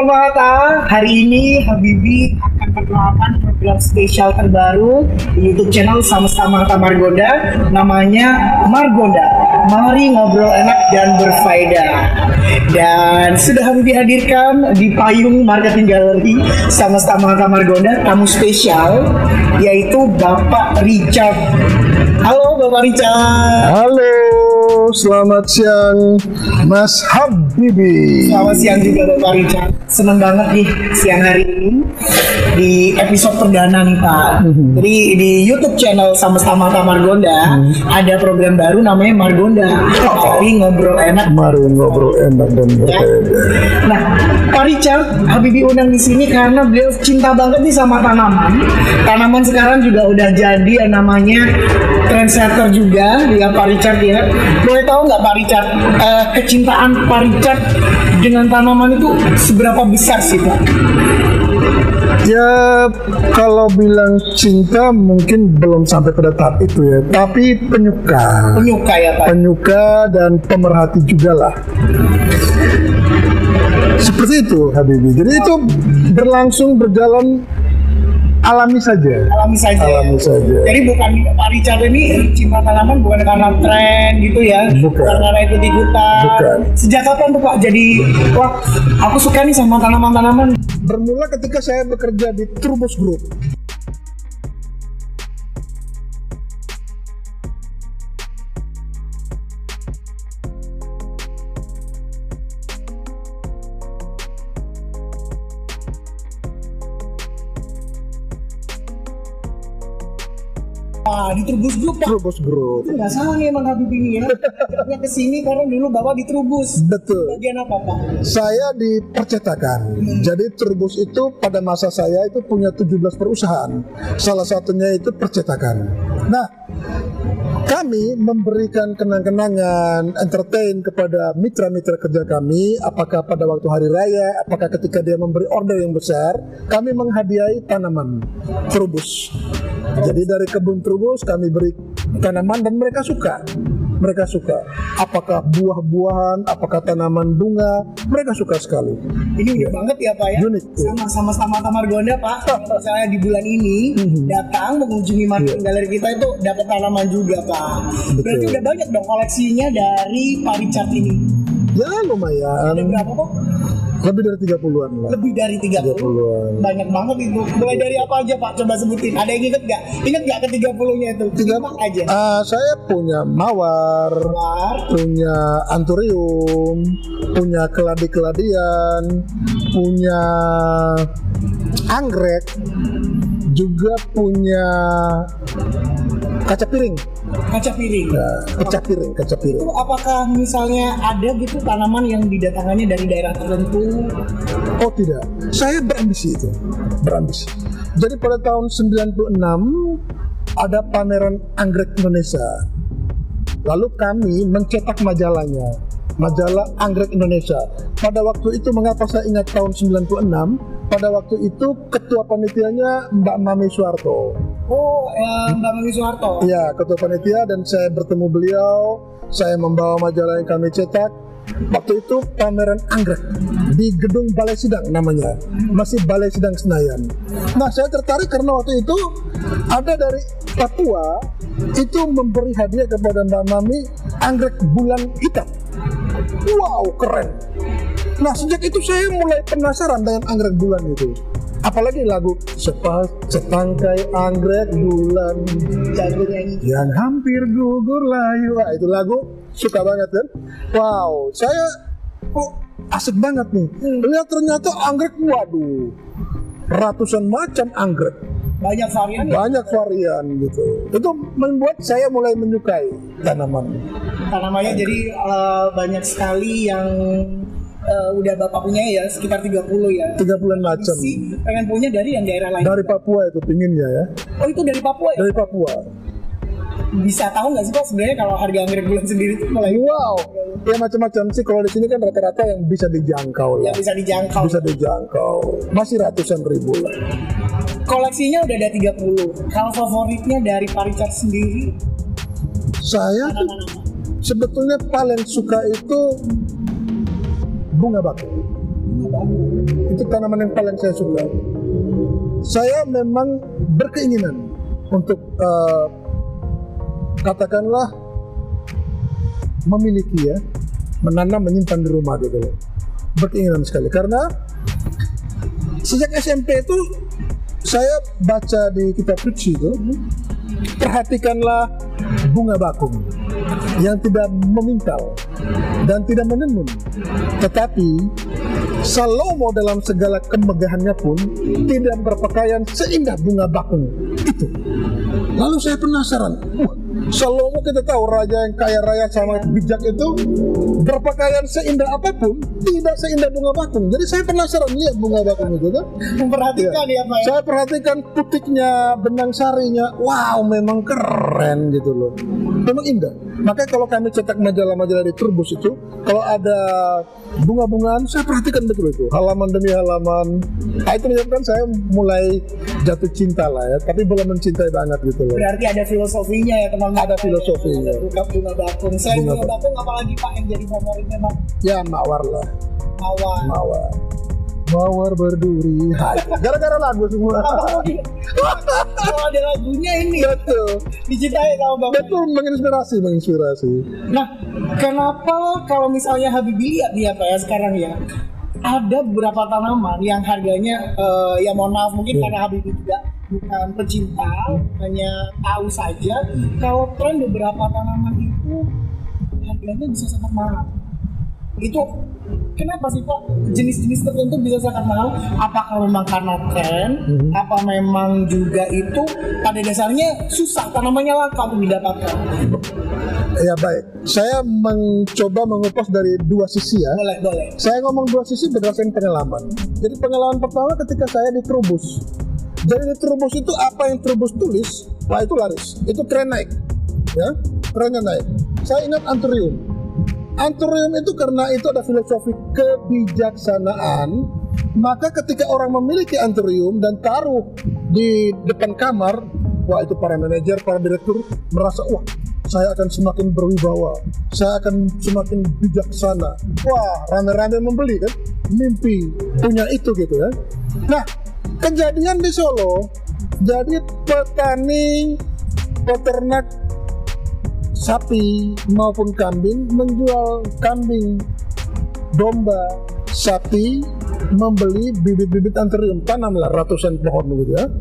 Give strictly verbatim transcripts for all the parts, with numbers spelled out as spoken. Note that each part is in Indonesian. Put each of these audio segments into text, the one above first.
teman Mahata, hari ini Habibie akan perkenalkan program spesial terbaru di YouTube channel sama-sama Mahata Margonda, namanya Margonda, mari ngobrol enak dan berfaedah. Dan sudah Habibie hadirkan di payung marketing gallery sama-sama Mahata Margonda tamu spesial, yaitu Bapak Richard. Halo Bapak Richard. Halo, selamat siang Mas Habibie. Selamat siang juga Bapak Richard. Senang banget nih siang hari ini di episode perdana nih Pak. Mm-hmm. Jadi di YouTube channel sama-sama Mahata Margonda mm-hmm. ada program baru namanya Margonda. Mari ngobrol enak. Mari ngobrol enak dan berfaedah. Nah, Pak Richard, Habibie undang di sini karena beliau cinta banget nih sama tanaman. Tanaman sekarang juga udah jadi yang namanya trendsetter juga ya Pak Richard ya. Boleh tahu nggak Pak Richard, uh, kecintaan Pak Richard dengan tanaman itu seberapa besar sih Pak? Ya kalau bilang cinta mungkin belum sampai pada tahap itu ya, tapi penyuka. Penyuka ya Pak. Penyuka dan pemerhati juga lah. Seperti itu Habibie. Jadi itu berlangsung berjalan alami saja. Alami saja. Alami saja. Jadi bukan Pak Richard ini cinta tanaman bukan karena tren gitu ya. Bukan. Bukan karena ikut-ikutan. Bukan. Sejak kapan tuh Pak jadi wah aku suka nih sama tanaman-tanaman? Bermula ketika saya bekerja di Trubus Group. Wah, di Trubus Group Pak. Trubus Group. Itu nggak salah nih emang Habibie ini ya. Akhirnya kesini karena dulu Bapak di Trubus. Betul. Bagian apa Pak? Saya di percetakan. Hmm. Jadi Trubus itu pada masa saya itu punya tujuh belas perusahaan. Salah satunya itu percetakan. Nah, kami memberikan kenang-kenangan, entertain kepada mitra-mitra kerja kami, apakah pada waktu hari raya, apakah ketika dia memberi order yang besar, kami menghadiahi tanaman Trubus. Jadi dari kebun Trubus kami beri tanaman dan mereka suka. Mereka suka. Apakah buah-buahan, apakah tanaman bunga, mereka suka sekali. Ini unik ya. Banget ya Pak ya. Unik. Sama-sama Mahata Margonda Pak. Misalnya di bulan ini mm-hmm. datang mengunjungi marketing yeah. galeri kita itu dapat tanaman juga Pak. Betul. Berarti udah banyak dong koleksinya dari Pak Richard ini. Ya lumayan. Ada berapa Pak? Lebih dari tiga puluhan lah. Lebih dari tiga puluhan. Banyak banget itu. Mulai dari apa aja Pak? Coba sebutin. Ada yang inget nggak? Ingat nggak ke tiga puluh-nya itu? tiga puluh aja. Uh, saya punya mawar, mawar, punya anthurium, punya keladi-keladian, punya anggrek, juga punya kaca piring. Kaca piring. Ya, kaca piring, kaca piring. Itu apakah misalnya ada gitu tanaman yang didatangannya dari daerah tertentu? Oh tidak, saya berambisi itu, berambisi. Jadi pada tahun sembilan puluh enam ada pameran anggrek Indonesia. Lalu kami mencetak majalahnya, majalah Anggrek Indonesia. Pada waktu itu mengapa saya ingat tahun sembilan puluh enam? Pada waktu itu ketua panitianya Mbak Mami Soeharto. Oh, eh, Mbak Mami Soeharto. Iya, ketua panitia dan saya bertemu beliau. Saya membawa majalah yang kami cetak. Waktu itu pameran anggrek di gedung Balai Sidang namanya, masih Balai Sidang Senayan. Nah, saya tertarik karena waktu itu ada dari Papua itu memberi hadiah kepada Mbak Mami anggrek bulan hitam. Wow, keren. Nah, sejak itu saya mulai penasaran dengan anggrek bulan itu. Apalagi lagu Sepas setangkai anggrek bulan yang hampir gugur layu. Wah, itu lagu suka banget kan? Wow, saya kok asik banget nih. Lihat ternyata anggrek, waduh, ratusan macam anggrek. Banyak varian. Banyak ya? varian gitu. Itu membuat saya mulai menyukai tanaman. Tanamannya jadi uh, banyak sekali yang Uh, udah Bapak punya ya sekitar tiga puluh ya. tiga puluh macam. Pengen punya dari yang daerah lain. Dari Papua itu pinginnya ya. Oh, itu dari Papua ya? Dari Papua. Bisa tahu nggak sih Pak sebenarnya kalau harga anggrek bulan sendiri itu mulai? Wow. Ya macam-macam sih, kalau di sini kan rata-rata yang bisa dijangkau lah. Yang bisa dijangkau. Bisa dijangkau. Masih ratusan ribu lah. Koleksinya udah ada tiga puluh. Kalau favoritnya dari Pak Richard sendiri? Saya sebetulnya paling suka itu bunga bakau. bunga bakung. Itu tanaman yang paling saya suka. Saya memang berkeinginan untuk uh, katakanlah memiliki ya, menanam, menyimpan di rumah gitu loh. Berkeinginan sekali karena sejak S M P itu saya baca di kitab suci itu, perhatikanlah bunga bakung yang tidak memintal dan tidak menenun, tetapi Salomo dalam segala kemegahannya pun tidak berpakaian seindah bunga bakung itu. Lalu saya penasaran, wah, Salomo kita tahu raja yang kaya raya sangat bijak itu berpakaian seindah apapun tidak seindah bunga bakung. Jadi saya penasaran lihat bunga bakung itu kan. Memperhatikan ya, ya Pak. Saya perhatikan putiknya, benang sarinya, wow memang keren gitu loh. Memang indah. Makanya kalau kami cetak majalah-majalah di Turbus itu, kalau ada bunga-bungaan saya perhatikan betul itu, halaman demi halaman. Nah, itu menyebabkan saya mulai jatuh cinta lah ya, tapi belum mencintai banget gitu loh. Berarti ada filosofinya ya teman-teman. Ada filosofinya. Bukan bunga bakung. Selain bunga, bunga bakung apalagi Pak yang jadi favoritnya Pak? Ya mawar lah. Mawar. Mawar. Mawar berduri. Gara-gara lagu semua. Kalau ada lagunya ini. Betul. Dicintai sama Bapak. Betul, menginspirasi, menginspirasi. Nah, kenapa kalau misalnya Habibie lihat dia Pak ya sekarang ya, ada beberapa tanaman yang harganya uh, ya mohon maaf mungkin hmm. karena Habibie juga bukan pecinta, hanya tahu saja kalau tren beberapa tanaman itu harganya bisa sangat mahal. Itu kenapa sih Pak jenis-jenis tertentu bisa sangat mahal? Apakah memang karena tren? Hmm. Apa memang juga itu pada dasarnya susah tanamannya langka untuk didapatkan? Ya baik, saya mencoba mengupas dari dua sisi ya. Boleh, boleh. Saya ngomong dua sisi berdasarkan pengalaman. Jadi pengalaman pertama ketika saya di Trubus. Jadi di Trubus itu apa yang Trubus tulis, wah itu laris, itu tren naik, ya, trennya naik. Saya ingat Anthurium. Anthurium itu karena itu ada filosofi kebijaksanaan, maka ketika orang memiliki Anthurium dan taruh di depan kamar, wah itu para manajer, para direktur merasa wah saya akan semakin berwibawa, saya akan semakin bijaksana. Wah rame-rame membeli kan, mimpi punya itu gitu ya. Nah kejadian di Solo, jadi petani peternak sapi maupun kambing menjual kambing, domba, sapi, membeli bibit-bibit Anthurium, tanamlah ratusan pohon gitu ya.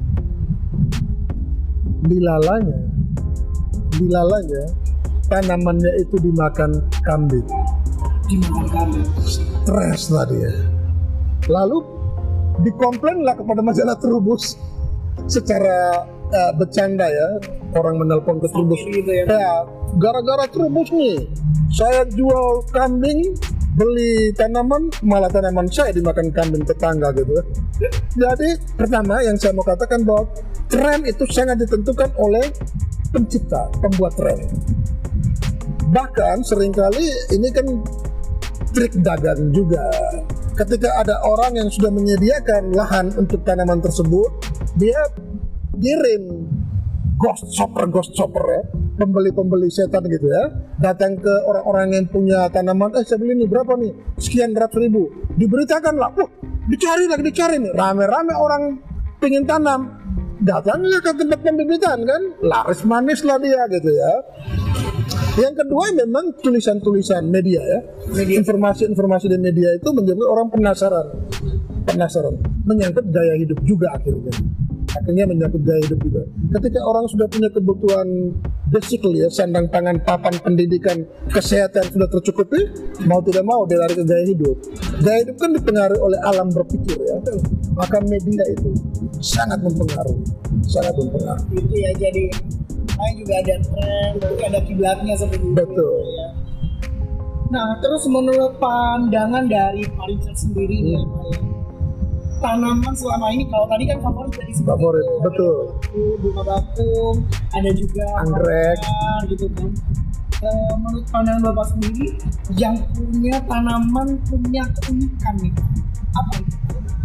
Dilalanya, dilalanya tanamannya itu dimakan kambing. Dimakan kambing. Stres tadi ya. Lalu dikomplainlah kepada majalah Trubus secara uh, bercanda ya, orang menelpon ke Trubus gitu ya, ya gara-gara Trubus nih saya jual kambing, beli tanaman, malah tanaman saya dimakan kambing tetangga gitu ya. Jadi pertama yang saya mau katakan bahwa tren itu sangat ditentukan oleh pencipta, pembuat tren. Bahkan seringkali ini kan trik dagang juga. Ketika ada orang yang sudah menyediakan lahan untuk tanaman tersebut, dia kirim ghost shopper, ghost shopper ya, pembeli-pembeli setan gitu ya, datang ke orang-orang yang punya tanaman, eh saya beli ini berapa nih, sekian ratus ribu, diberitakan lah, wah dicari lagi, dicari nih, rame-rame orang pengen tanam, datanglah ke tempat pembibitan kan, laris manis lah dia gitu ya. Yang kedua memang tulisan-tulisan media ya, media. Informasi-informasi di media itu menjadi orang penasaran, penasaran, menyangkut gaya hidup juga akhirnya. Akhirnya menyangkut gaya hidup juga. Ketika orang sudah punya kebutuhan basic ya, sandang pangan, papan, pendidikan, kesehatan sudah tercukupi, mau tidak mau dia lari ke gaya hidup. Gaya hidup kan dipengaruhi oleh alam berpikir ya, maka media itu sangat mempengaruhi, sangat mempengaruhi. Itu ya, jadi saya juga ada tren, juga ada kiblatnya seperti itu. Betul. Ya. Nah, terus menurut pandangan dari Pak Richard sendiri hmm. nih, Pak ya, tanaman selama ini kalau tadi kan favorit dari favorit itu, betul. Ada bunga bakung, ada juga anggrek gitu kan. E, menurut pandangan Bapak sendiri, yang punya tanaman punya keunikan nih, apa itu?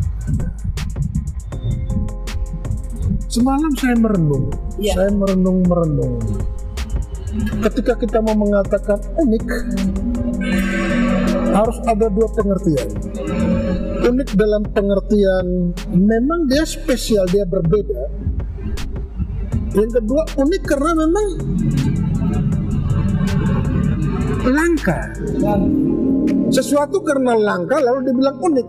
Semalam saya merenung, ya. saya merenung-merenung. Ketika kita mau mengatakan unik, harus ada dua pengertian. Unik dalam pengertian memang dia spesial, dia berbeda. Yang kedua unik karena memang langka. Sesuatu karena langka lalu dibilang unik.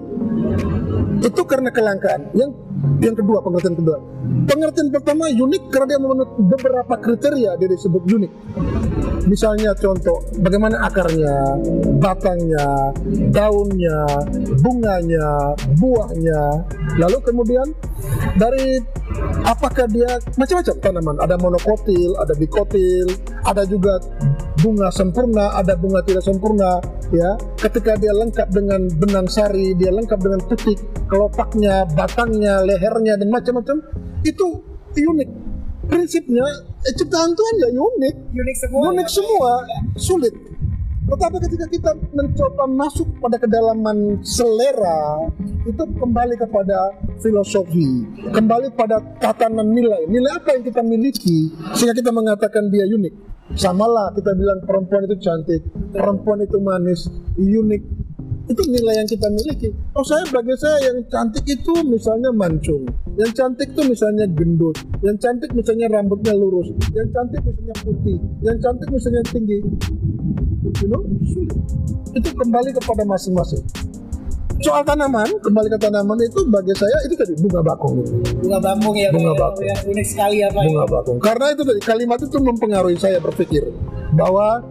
Itu karena kelangkaan. Yang yang kedua, pengertian kedua. Pengertian pertama unik karena dia memenuhi beberapa kriteria dia disebut unik. Misalnya contoh, bagaimana akarnya, batangnya, daunnya, bunganya, buahnya. Lalu kemudian dari apakah dia macam-macam tanaman, ada monokotil, ada dikotil, ada juga bunga sempurna, ada bunga tidak sempurna, ya. Ketika dia lengkap dengan benang sari, dia lengkap dengan putik, kelopaknya, batangnya, lehernya dan macam-macam, itu unik. Prinsipnya eh, ciptaan Tuhan ya unik, Unik semua. unik ya, semua, sulit. Tetapi ketika kita mencoba masuk pada kedalaman selera, itu kembali kepada filosofi, kembali pada tatanan nilai. Nilai apa yang kita miliki sehingga kita mengatakan dia unik. Samalah kita bilang perempuan itu cantik, perempuan itu manis, unik. Itu nilai yang kita miliki. Oh saya bagi saya yang cantik itu misalnya mancung, yang cantik itu misalnya gendut, yang cantik misalnya rambutnya lurus, yang cantik misalnya putih, yang cantik misalnya tinggi. You know, sulit. Itu kembali kepada masing-masing. Soal tanaman, kembali ke tanaman itu bagi saya itu tadi bunga bakung. Bunga bakung ya, Bunga Pak, ya, bakung. yang unik sekali ya Pak. Bunga bakung. Karena itu tadi kalimat itu mempengaruhi saya berpikir bahwa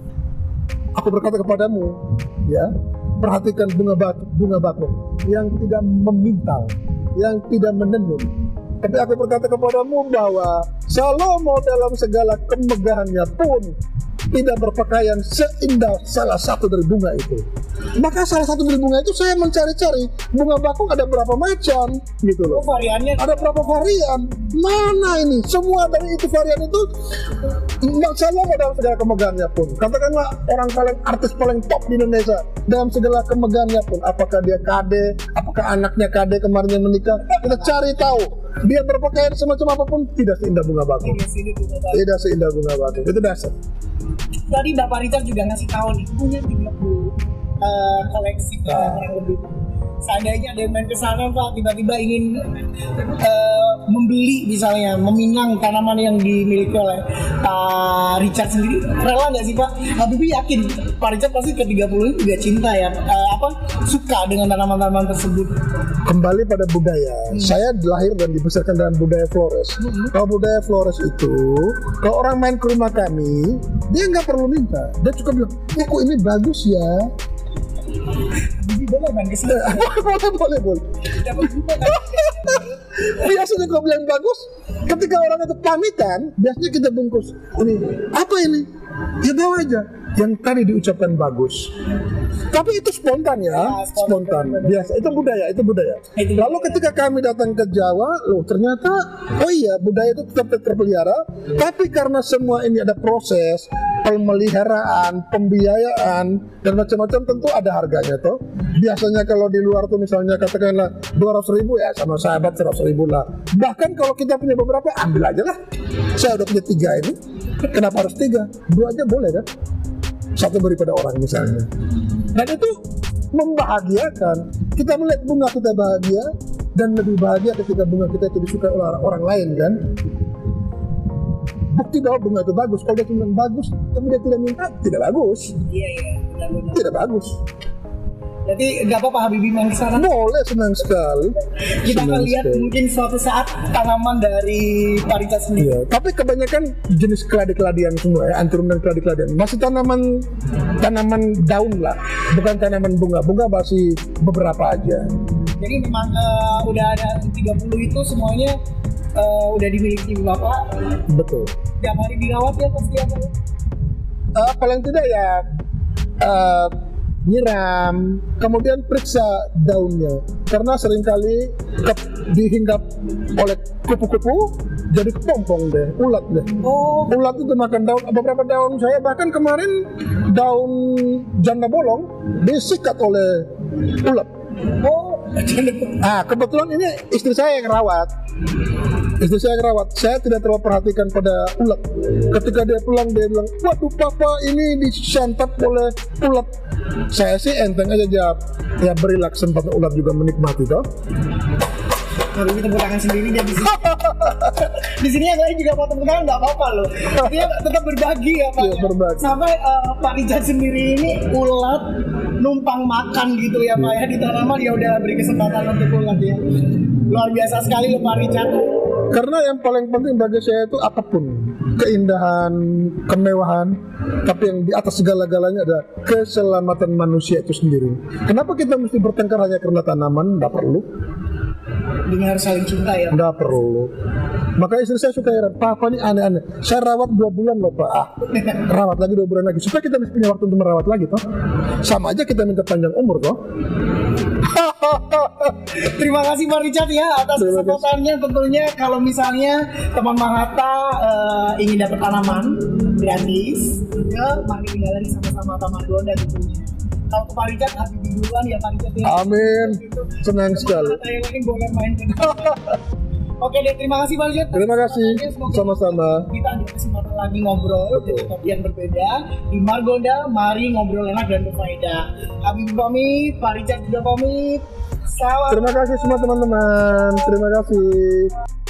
aku berkata kepadamu, ya, perhatikan bunga bakung, bunga bakung yang tidak memintal, yang tidak menenun. Tapi aku berkata kepadamu bahwa Salomo dalam segala kemegahannya pun tidak berpakaian seindah salah satu dari bunga itu. Maka salah satu dari bunga itu saya mencari-cari bunga bakung ada berapa macam gitu loh. Oh, variannya Ada berapa varian? Mana ini? Semua dari itu varian itu Salomo dalam segala kemegahannya pun. Katakanlah orang paling artis paling top di Indonesia dalam segala kemegahannya pun. Apakah dia kade? Apakah anaknya kade kemarin yang menikah? Kita cari tahu. Dia berpakaian semacam apapun tidak seindah bunga bakung. di sini bunga bakung. Tidak seindah bunga bakung. Itu dasar. Tadi Bapak Richard juga ngasih tahu nih punya tiga puluh uh, koleksi Nah. kurang lebih. Seandainya ada yang main ke sana Pak, tiba-tiba ingin uh, membeli misalnya, meminang tanaman yang dimiliki oleh Pak Richard sendiri, rela nggak sih Pak? Habibie yakin Pak Richard pasti ke tiga puluh ini juga cinta ya, uh, apa suka dengan tanaman-tanaman tersebut. Kembali pada budaya. Hmm. Saya lahir dan dibesarkan dalam budaya Flores. Hmm. Kalau budaya Flores itu, kalau orang main ke rumah kami, dia nggak perlu minta. Dia cukup bilang, "Eh, kok ini bagus ya." Habibie boleh main ke sana. boleh, boleh, boleh. Dapat juga kan? Biasanya kalau bilang bagus, ketika orang itu pamitan, biasanya kita bungkus. Ini apa ini? Ya bawa aja. Yang tadi diucapkan bagus. Tapi itu spontan ya, Ya, spontan. spontan. Biasa. Itu budaya, itu budaya. Itu Lalu ketika kami datang ke Jawa, loh ternyata, oh iya budaya itu tetap terpelihara. Tapi karena semua ini ada proses pemeliharaan, pembiayaan dan macam-macam, tentu ada harganya toh. Biasanya kalau di luar tuh misalnya katakanlah dua ratus ribu ya sama sahabat seratus ribu lah. Bahkan kalau kita punya beberapa, ambil aja lah. Saya udah punya tiga ini, kenapa harus tiga? Dua aja boleh kan? Satu daripada orang misalnya. Dan itu membahagiakan. Kita melihat bunga kita bahagia dan lebih bahagia ketika bunga kita itu disukai oleh orang lain kan. Bukti bahwa bunga itu bagus. Kalau dia cuma bagus, tapi dia tidak minta, tidak bagus. Iya iya, benar-benar. Tidak bagus. Jadi nggak apa-apa Habibie main ke sana. Boleh, senang sekali. Kita akan Senang lihat sekali. mungkin suatu saat tanaman dari Pak Richard sendiri. Iya, tapi kebanyakan jenis keladi-keladian semua ya, anturum dan keladi-keladian. Masih tanaman tanaman daun lah, bukan tanaman bunga. Bunga masih beberapa aja. Jadi memang uh, udah ada tiga puluh itu semuanya uh, udah dimiliki Bapak. Betul. Tiap hari dirawat ya pasti apa? Uh, paling tidak ya uh, nyiram, kemudian periksa daunnya karena seringkali ke- dihinggap oleh kupu-kupu jadi kepompong deh, ulat deh. Oh, Ulat itu makan daun, beberapa daun saya bahkan kemarin daun janda bolong disikat oleh ulat. oh, Ah, kebetulan ini istri saya yang rawat. Istri saya yang rawat. Saya tidak terlalu perhatikan pada ulat. Ketika dia pulang dia bilang, "Waduh papa, ini disantap oleh ulat." Saya sih enteng aja jawab. Ya berilah kesempatan ular juga menikmati toh. Kalau ini tepuk tangan sendiri dia di sini. Di sini yang lain juga mau tepuk tangan nggak apa-apa loh. Dia tetap berbagi ya Pak. Iya, berbagi. Sampai uh, Pak Richard sendiri ini ulat numpang makan gitu ya Pak ya di tanaman, ya udah beri kesempatan untuk ulat ya. Luar biasa sekali loh Pak Richard. Karena yang paling penting bagi saya itu apapun keindahan, kemewahan, tapi yang di atas segala-galanya ada keselamatan manusia itu sendiri. Kenapa kita mesti bertengkar hanya karena tanaman? Nggak perlu. Dengan harus saling cinta ya. Nggak perlu. Makanya istri saya suka heran, Papa ini aneh-aneh. Saya rawat dua bulan loh Pak. Ah, rawat lagi dua bulan lagi. Supaya kita mesti punya waktu untuk merawat lagi toh. Sama aja kita minta panjang umur toh. Terima kasih Pak Richard ya atas kesempatannya. Tentunya kalau misalnya teman Mahata uh, ingin dapat tanaman gratis, ya mari galeri sama-sama Taman Gonda tentunya. Kalau ke Pak Richard, Habibie duluan ya Pak Richard ya. Amin. Senang sekali. Saya lagi boleh main. Oke deh, terima kasih Pak Richard. Terima kasih. Sama-sama. Kita ada kesempatan lagi ngobrol dengan topik yang berbeda di Margonda. Mari ngobrol enak dan berfaedah. Habibie pamit, Pak Richard juga pamit. Selamat. Terima kasih semua teman-teman. Terima kasih.